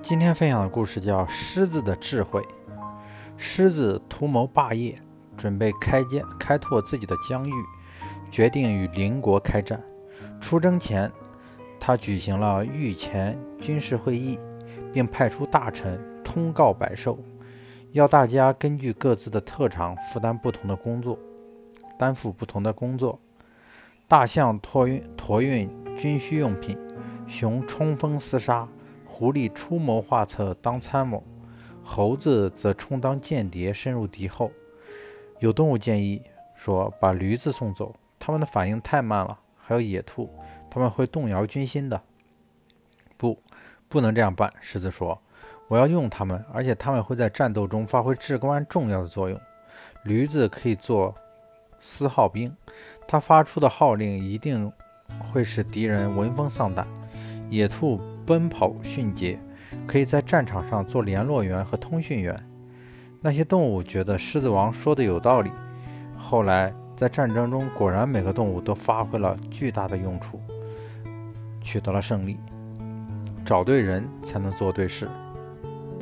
今天分享的故事叫《狮子的智慧》。狮子图谋霸业，准备开拓自己的疆域，决定与邻国开战。出征前，他举行了御前军事会议，并派出大臣通告百兽，要大家根据各自的特长担负不同的工作。大象驮运军需用品，熊冲锋厮杀，狐狸出谋划策当参谋，猴子则充当间谍深入敌后。有动物建议说把驴子送走，它们的反应太慢了。还有野兔，他们会动摇军心的。不能这样办，狮子说，我要用它们，而且它们会在战斗中发挥至关重要的作用。驴子可以做司号兵，它发出的号令一定会使敌人闻风丧胆。野兔奔跑迅捷，可以在战场上做联络员和通讯员。那些动物觉得狮子王说的有道理，后来在战争中果然每个动物都发挥了巨大的用处，取得了胜利。找对人才能做对事。